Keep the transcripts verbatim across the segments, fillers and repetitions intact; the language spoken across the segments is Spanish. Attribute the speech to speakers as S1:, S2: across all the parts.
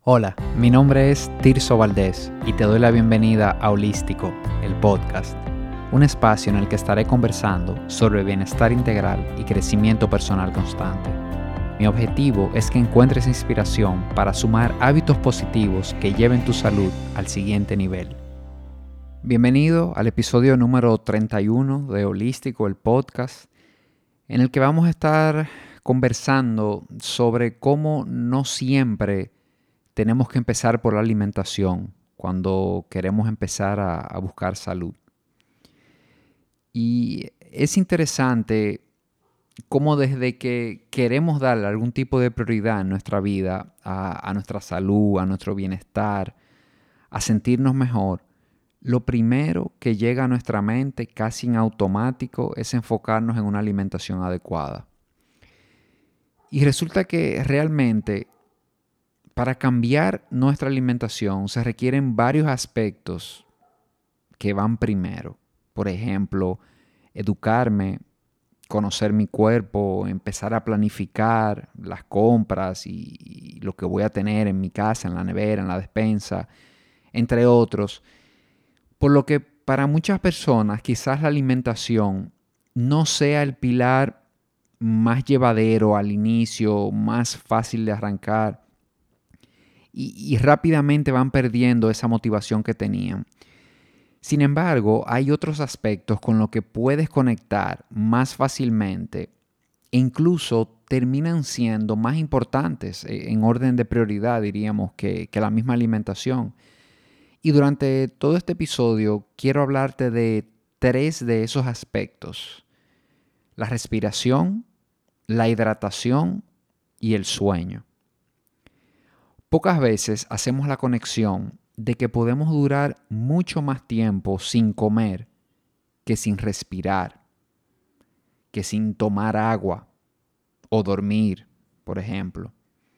S1: Hola, mi nombre es Tirso Valdés y te doy la bienvenida a Holístico, el podcast, un espacio en el que estaré conversando sobre bienestar integral y crecimiento personal constante. Mi objetivo es que encuentres inspiración para sumar hábitos positivos que lleven tu salud al siguiente nivel. Bienvenido al episodio número treinta y uno de Holístico, el podcast, en el que vamos a estar conversando sobre cómo no siempre tenemos que empezar por la alimentación cuando queremos empezar a, a buscar salud. Y es interesante cómo desde que queremos darle algún tipo de prioridad en nuestra vida a, a nuestra salud, a nuestro bienestar, a sentirnos mejor, lo primero que llega a nuestra mente casi en automático es enfocarnos en una alimentación adecuada. Y resulta que realmente para cambiar nuestra alimentación se requieren varios aspectos que van primero. Por ejemplo, educarme, conocer mi cuerpo, empezar a planificar las compras y, y lo que voy a tener en mi casa, en la nevera, en la despensa, entre otros. Por lo que para muchas personas quizás la alimentación no sea el pilar más llevadero al inicio, más fácil de arrancar. Y, y rápidamente van perdiendo esa motivación que tenían. Sin embargo, hay otros aspectos con los que puedes conectar más fácilmente e incluso terminan siendo más importantes en orden de prioridad, diríamos, que, que la misma alimentación. Y durante todo este episodio quiero hablarte de tres de esos aspectos: la respiración, la hidratación y el sueño. Pocas veces hacemos la conexión de que podemos durar mucho más tiempo sin comer que sin respirar, que sin tomar agua o dormir, por ejemplo.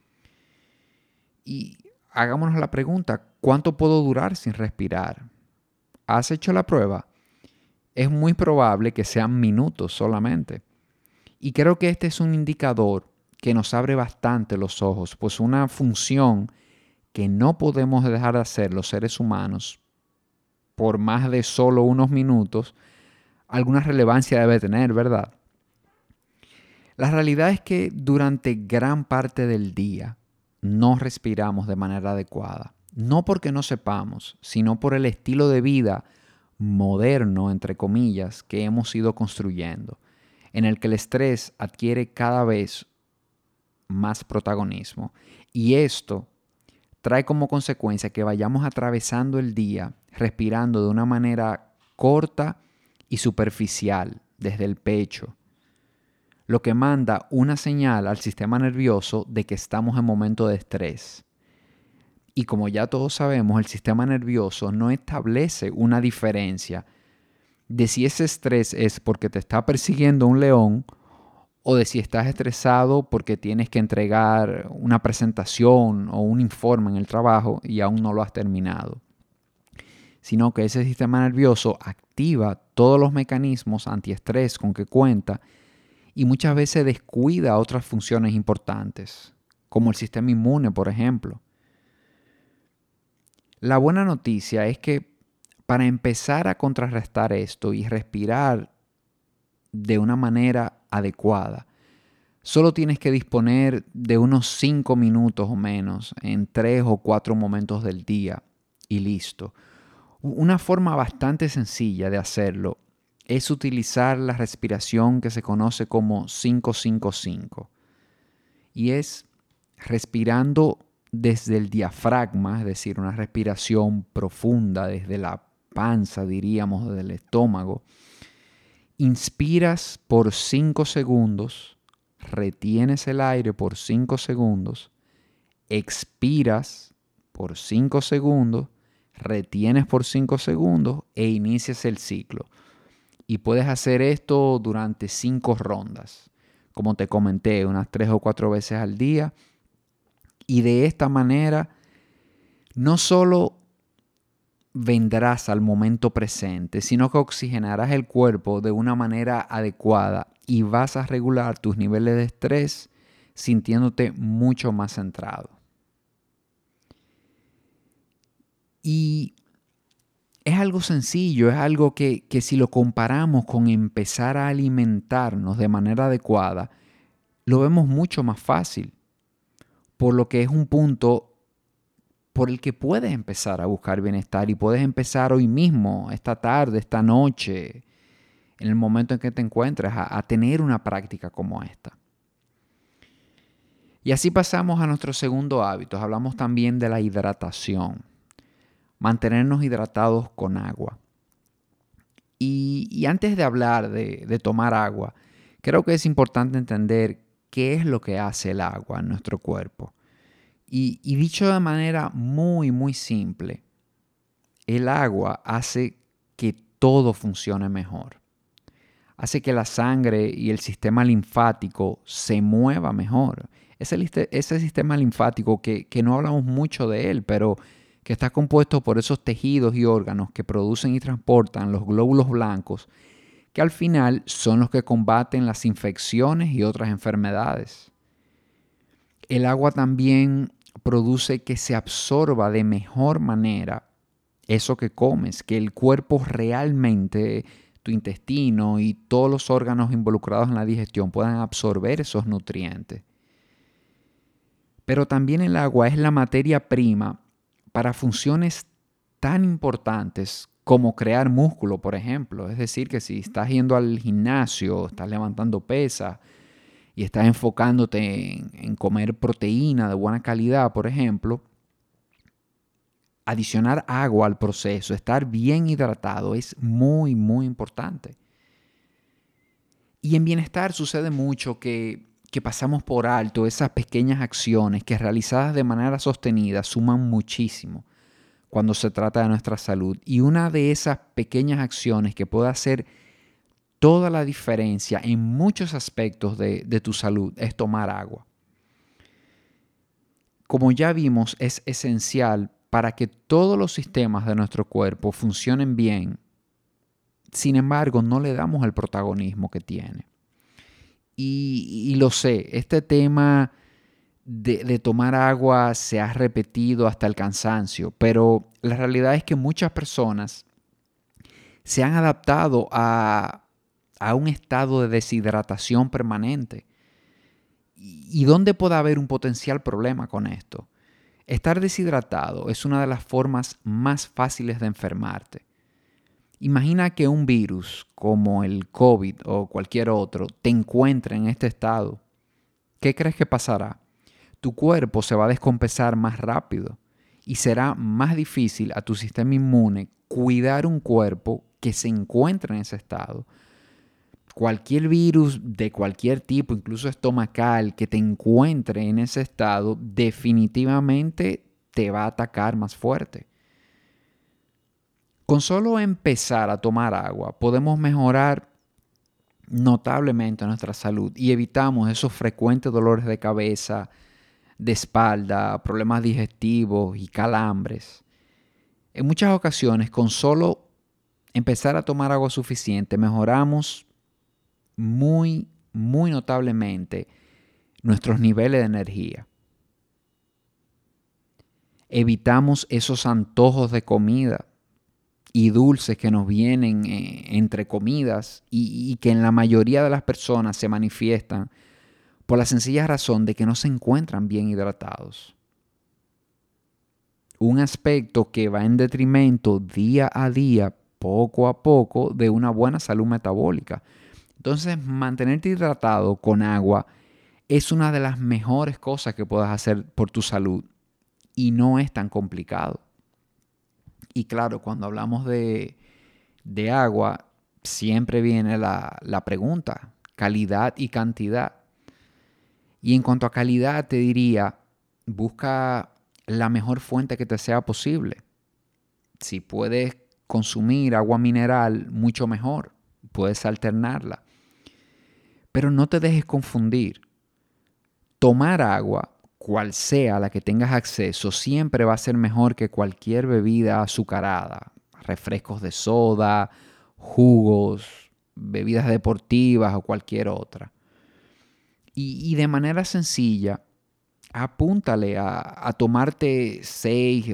S1: Y hagámonos la pregunta, ¿cuánto puedo durar sin respirar? ¿Has hecho la prueba? Es muy probable que sean minutos solamente. Y creo que este es un indicador que nos abre bastante los ojos, pues una función que no podemos dejar de hacer los seres humanos por más de solo unos minutos, alguna relevancia debe tener, ¿verdad? La realidad es que durante gran parte del día no respiramos de manera adecuada. No porque no sepamos, sino por el estilo de vida moderno, entre comillas, que hemos ido construyendo, en el que el estrés adquiere cada vez más protagonismo. Y esto trae como consecuencia que vayamos atravesando el día respirando de una manera corta y superficial desde el pecho, lo que manda una señal al sistema nervioso de que estamos en momento de estrés. Y como ya todos sabemos, el sistema nervioso no establece una diferencia de si ese estrés es porque te está persiguiendo un león o de si estás estresado porque tienes que entregar una presentación o un informe en el trabajo y aún no lo has terminado. Sino que ese sistema nervioso activa todos los mecanismos antiestrés con que cuenta y muchas veces descuida otras funciones importantes, como el sistema inmune, por ejemplo. La buena noticia es que para empezar a contrarrestar esto y respirar de una manera adecuada, solo tienes que disponer de unos cinco minutos o menos en tres o cuatro momentos del día y listo. Una forma bastante sencilla de hacerlo es utilizar la respiración que se conoce como cinco cinco cinco. Y es respirando desde el diafragma, es decir, una respiración profunda desde la panza, diríamos, desde el estómago. Inspiras por cinco segundos, retienes el aire por cinco segundos, expiras por cinco segundos, retienes por cinco segundos e inicias el ciclo. Y puedes hacer esto durante cinco rondas, como te comenté, unas tres o cuatro veces al día. Y de esta manera, no solo vendrás al momento presente, sino que oxigenarás el cuerpo de una manera adecuada y vas a regular tus niveles de estrés sintiéndote mucho más centrado. Y es algo sencillo, es algo que, que si lo comparamos con empezar a alimentarnos de manera adecuada, lo vemos mucho más fácil, por lo que es un punto por el que puedes empezar a buscar bienestar y puedes empezar hoy mismo, esta tarde, esta noche, en el momento en que te encuentres, a, a tener una práctica como esta. Y así pasamos a nuestro segundo hábito. Hablamos también de la hidratación. Mantenernos hidratados con agua. Y, y antes de hablar de, de tomar agua, creo que es importante entender qué es lo que hace el agua en nuestro cuerpo. Y, y dicho de manera muy, muy simple, el agua hace que todo funcione mejor. Hace que la sangre y el sistema linfático se mueva mejor. Ese, ese sistema linfático que, que no hablamos mucho de él, pero que está compuesto por esos tejidos y órganos que producen y transportan los glóbulos blancos, que al final son los que combaten las infecciones y otras enfermedades. El agua también produce que se absorba de mejor manera eso que comes, que el cuerpo realmente, tu intestino y todos los órganos involucrados en la digestión puedan absorber esos nutrientes. Pero también el agua es la materia prima para funciones tan importantes como crear músculo, por ejemplo. Es decir, que si estás yendo al gimnasio, estás levantando pesas y estás enfocándote en, en comer proteína de buena calidad, por ejemplo, adicionar agua al proceso, estar bien hidratado es muy, muy importante. Y en bienestar sucede mucho que, que pasamos por alto esas pequeñas acciones que realizadas de manera sostenida suman muchísimo cuando se trata de nuestra salud. Y una de esas pequeñas acciones que puede hacer toda la diferencia en muchos aspectos de, de tu salud es tomar agua. Como ya vimos, es esencial para que todos los sistemas de nuestro cuerpo funcionen bien. Sin embargo, no le damos el protagonismo que tiene. Y, y lo sé, este tema de, de tomar agua se ha repetido hasta el cansancio, pero la realidad es que muchas personas se han adaptado a, a un estado de deshidratación permanente. ¿Y dónde puede haber un potencial problema con esto? Estar deshidratado es una de las formas más fáciles de enfermarte. Imagina que un virus como el COVID o cualquier otro te encuentre en este estado. ¿Qué crees que pasará? Tu cuerpo se va a descompensar más rápido y será más difícil a tu sistema inmune cuidar un cuerpo que se encuentra en ese estado. Cualquier virus de cualquier tipo, incluso estomacal, que te encuentre en ese estado, definitivamente te va a atacar más fuerte. Con solo empezar a tomar agua, podemos mejorar notablemente nuestra salud y evitamos esos frecuentes dolores de cabeza, de espalda, problemas digestivos y calambres. En muchas ocasiones, con solo empezar a tomar agua suficiente, mejoramos muy, muy notablemente nuestros niveles de energía. Evitamos esos antojos de comida y dulces que nos vienen eh, entre comidas y, y que en la mayoría de las personas se manifiestan por la sencilla razón de que no se encuentran bien hidratados. Un aspecto que va en detrimento día a día, poco a poco, de una buena salud metabólica. Entonces, mantenerte hidratado con agua es una de las mejores cosas que puedas hacer por tu salud y no es tan complicado. Y claro, cuando hablamos de, de agua, siempre viene la, la pregunta, calidad y cantidad. Y en cuanto a calidad, te diría, busca la mejor fuente que te sea posible. Si puedes consumir agua mineral, mucho mejor. Puedes alternarla. Pero no te dejes confundir. Tomar agua, cual sea la que tengas acceso, siempre va a ser mejor que cualquier bebida azucarada. Refrescos de soda, jugos, bebidas deportivas o cualquier otra. Y, y de manera sencilla, apúntale a, a tomarte seis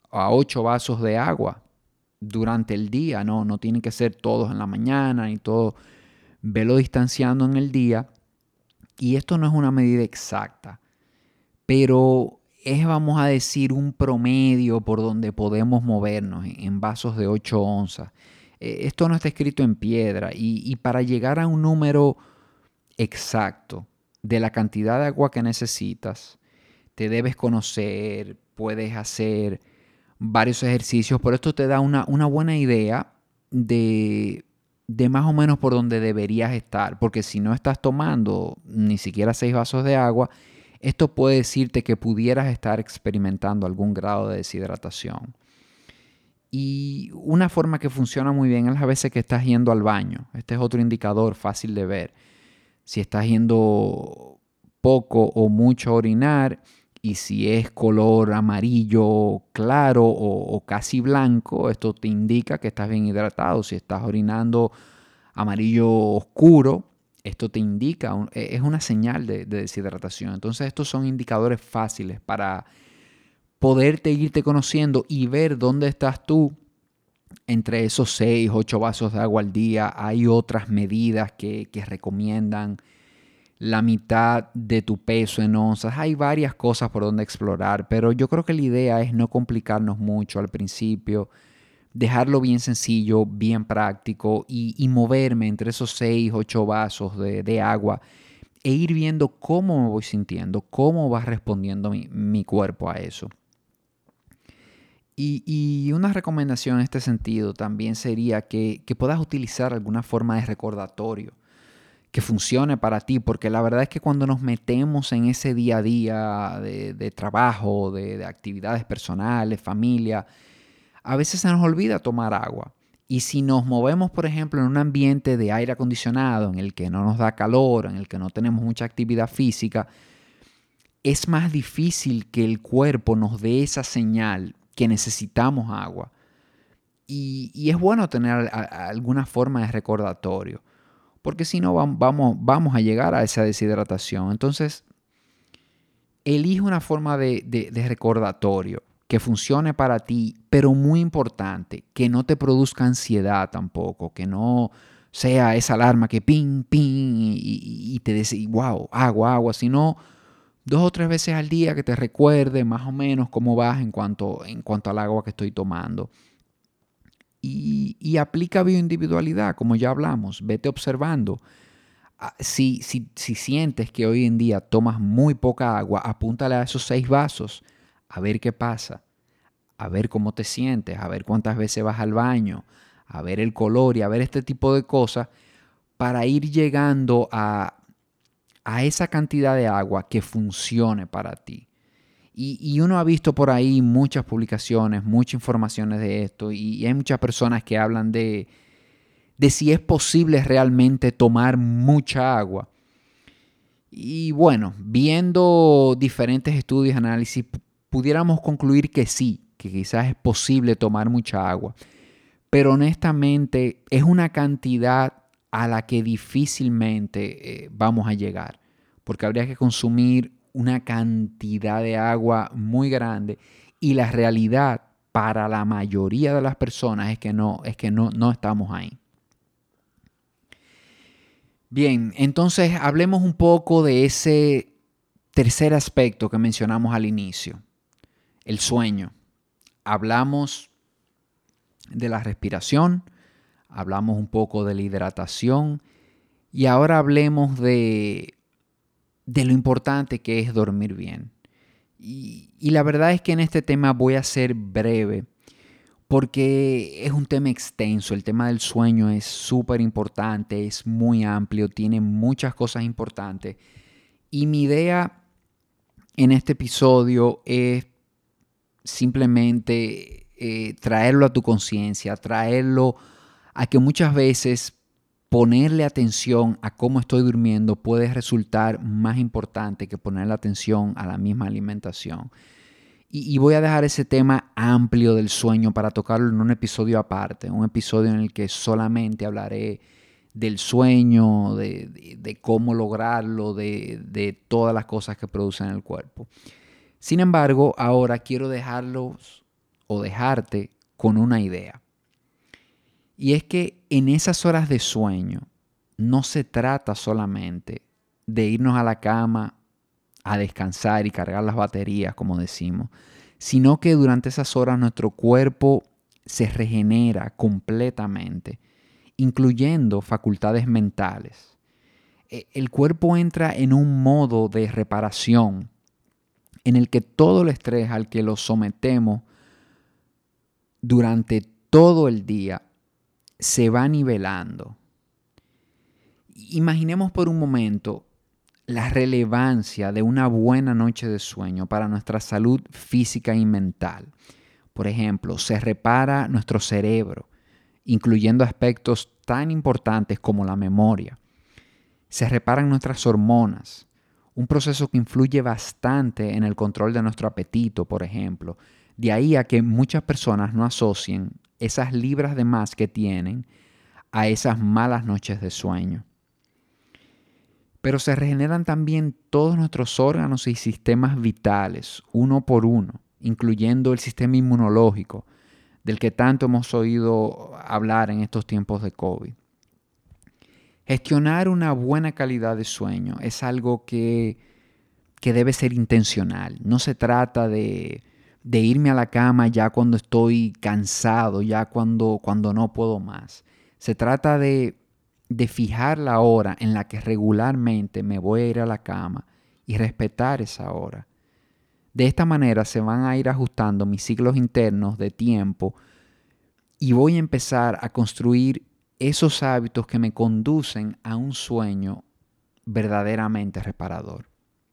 S1: a ocho vasos de agua durante el día, ¿no? No tienen que ser todos en la mañana y todo. Velo distanciando en el día. Y esto no es una medida exacta, pero es, vamos a decir, un promedio por donde podemos movernos en vasos de ocho onzas. Eh, Esto no está escrito en piedra y, y para llegar a un número exacto de la cantidad de agua que necesitas, te debes conocer, puedes hacer varios ejercicios, pero esto te da una, una buena idea de, de más o menos por donde deberías estar, porque si no estás tomando ni siquiera seis vasos de agua, esto puede decirte que pudieras estar experimentando algún grado de deshidratación. Y una forma que funciona muy bien es las veces que estás yendo al baño. Este es otro indicador fácil de ver. Si estás yendo poco o mucho a orinar y si es color amarillo claro o, o casi blanco, esto te indica que estás bien hidratado. Si estás orinando amarillo oscuro, esto te indica, un- e, es una señal de, de deshidratación. Entonces estos son indicadores fáciles para poderte irte conociendo y ver dónde estás tú entre esos seis, ocho vasos de agua al día. Hay otras medidas que, que recomiendan la mitad de tu peso en onzas. Hay varias cosas por donde explorar, pero yo creo que la idea es no complicarnos mucho al principio, dejarlo bien sencillo, bien práctico y, y moverme entre esos seis, ocho vasos de, de agua e ir viendo cómo me voy sintiendo, cómo va respondiendo mi, mi cuerpo a eso. Y, y una recomendación en este sentido también sería que, que puedas utilizar alguna forma de recordatorio que funcione para ti, porque la verdad es que cuando nos metemos en ese día a día de, de trabajo, de, de actividades personales, familia, a veces se nos olvida tomar agua. Y si nos movemos, por ejemplo, en un ambiente de aire acondicionado, en el que no nos da calor, en el que no tenemos mucha actividad física, es más difícil que el cuerpo nos dé esa señal que necesitamos agua. Y, y es bueno tener a, a, alguna forma de recordatorio, porque si no vamos, vamos a llegar a esa deshidratación. Entonces, elige una forma de, de, de recordatorio que funcione para ti, pero muy importante, que no te produzca ansiedad tampoco, que no sea esa alarma que ping, ping, y, y, y te dice, wow, agua, agua, sino dos o tres veces al día que te recuerde más o menos cómo vas en cuanto, en cuanto al agua que estoy tomando. Y, y aplica bioindividualidad, como ya hablamos, vete observando. Ah, Si, si, si sientes que hoy en día tomas muy poca agua, apúntale a esos seis vasos, a ver qué pasa, a ver cómo te sientes, a ver cuántas veces vas al baño, a ver el color y a ver este tipo de cosas para ir llegando a, a esa cantidad de agua que funcione para ti. Y, y uno ha visto por ahí muchas publicaciones, muchas informaciones de esto y, y hay muchas personas que hablan de, de si es posible realmente tomar mucha agua. Y bueno, viendo diferentes estudios y análisis, pudiéramos concluir que sí, que quizás es posible tomar mucha agua. Pero honestamente es una cantidad a la que difícilmente eh, vamos a llegar, porque habría que consumir una cantidad de agua muy grande y la realidad para la mayoría de las personas es que no, es que no, no estamos ahí. Bien, entonces hablemos un poco de ese tercer aspecto que mencionamos al inicio, el sueño. Hablamos de la respiración, hablamos un poco de la hidratación y ahora hablemos de, de lo importante que es dormir bien. Y, y la verdad es que en este tema voy a ser breve porque es un tema extenso. El tema del sueño es súper importante, es muy amplio, tiene muchas cosas importantes. Y mi idea en este episodio es simplemente eh, traerlo a tu conciencia, traerlo a que muchas veces ponerle atención a cómo estoy durmiendo puede resultar más importante que ponerle atención a la misma alimentación. Y, y voy a dejar ese tema amplio del sueño para tocarlo en un episodio aparte, un episodio en el que solamente hablaré del sueño, de, de, de cómo lograrlo, de, de todas las cosas que producen el cuerpo. Sin embargo, ahora quiero dejarlos o dejarte con una idea. Y es que en esas horas de sueño no se trata solamente de irnos a la cama a descansar y cargar las baterías, como decimos, sino que durante esas horas nuestro cuerpo se regenera completamente, incluyendo facultades mentales. El cuerpo entra en un modo de reparación en el que todo el estrés al que lo sometemos durante todo el día se va nivelando. Imaginemos por un momento la relevancia de una buena noche de sueño para nuestra salud física y mental. Por ejemplo, se repara nuestro cerebro, incluyendo aspectos tan importantes como la memoria. Se reparan nuestras hormonas, un proceso que influye bastante en el control de nuestro apetito, por ejemplo. De ahí a que muchas personas no asocien esas libras de más que tienen a esas malas noches de sueño. Pero se regeneran también todos nuestros órganos y sistemas vitales, uno por uno, incluyendo el sistema inmunológico, del que tanto hemos oído hablar en estos tiempos de COVID. Gestionar una buena calidad de sueño es algo que, que debe ser intencional. No se trata de, de irme a la cama ya cuando estoy cansado, ya cuando, cuando no puedo más. Se trata de de fijar la hora en la que regularmente me voy a ir a la cama y respetar esa hora. De esta manera se van a ir ajustando mis ciclos internos de tiempo y voy a empezar a construir esos hábitos que me conducen a un sueño verdaderamente reparador.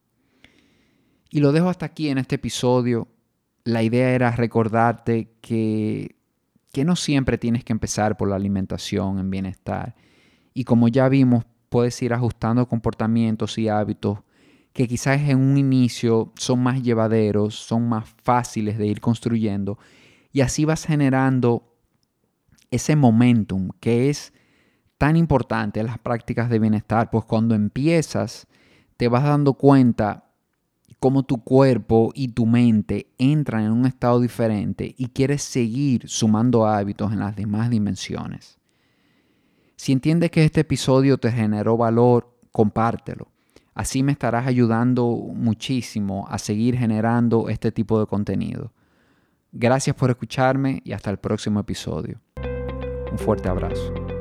S1: Y lo dejo hasta aquí en este episodio. La idea era recordarte que, que no siempre tienes que empezar por la alimentación en bienestar. Y como ya vimos, puedes ir ajustando comportamientos y hábitos que quizás en un inicio son más llevaderos, son más fáciles de ir construyendo. Y así vas generando ese momentum que es tan importante en las prácticas de bienestar. Pues cuando empiezas, te vas dando cuenta cómo tu cuerpo y tu mente entran en un estado diferente y quieres seguir sumando hábitos en las demás dimensiones. Si entiendes que este episodio te generó valor, compártelo. Así me estarás ayudando muchísimo a seguir generando este tipo de contenido. Gracias por escucharme y hasta el próximo episodio. Un fuerte abrazo.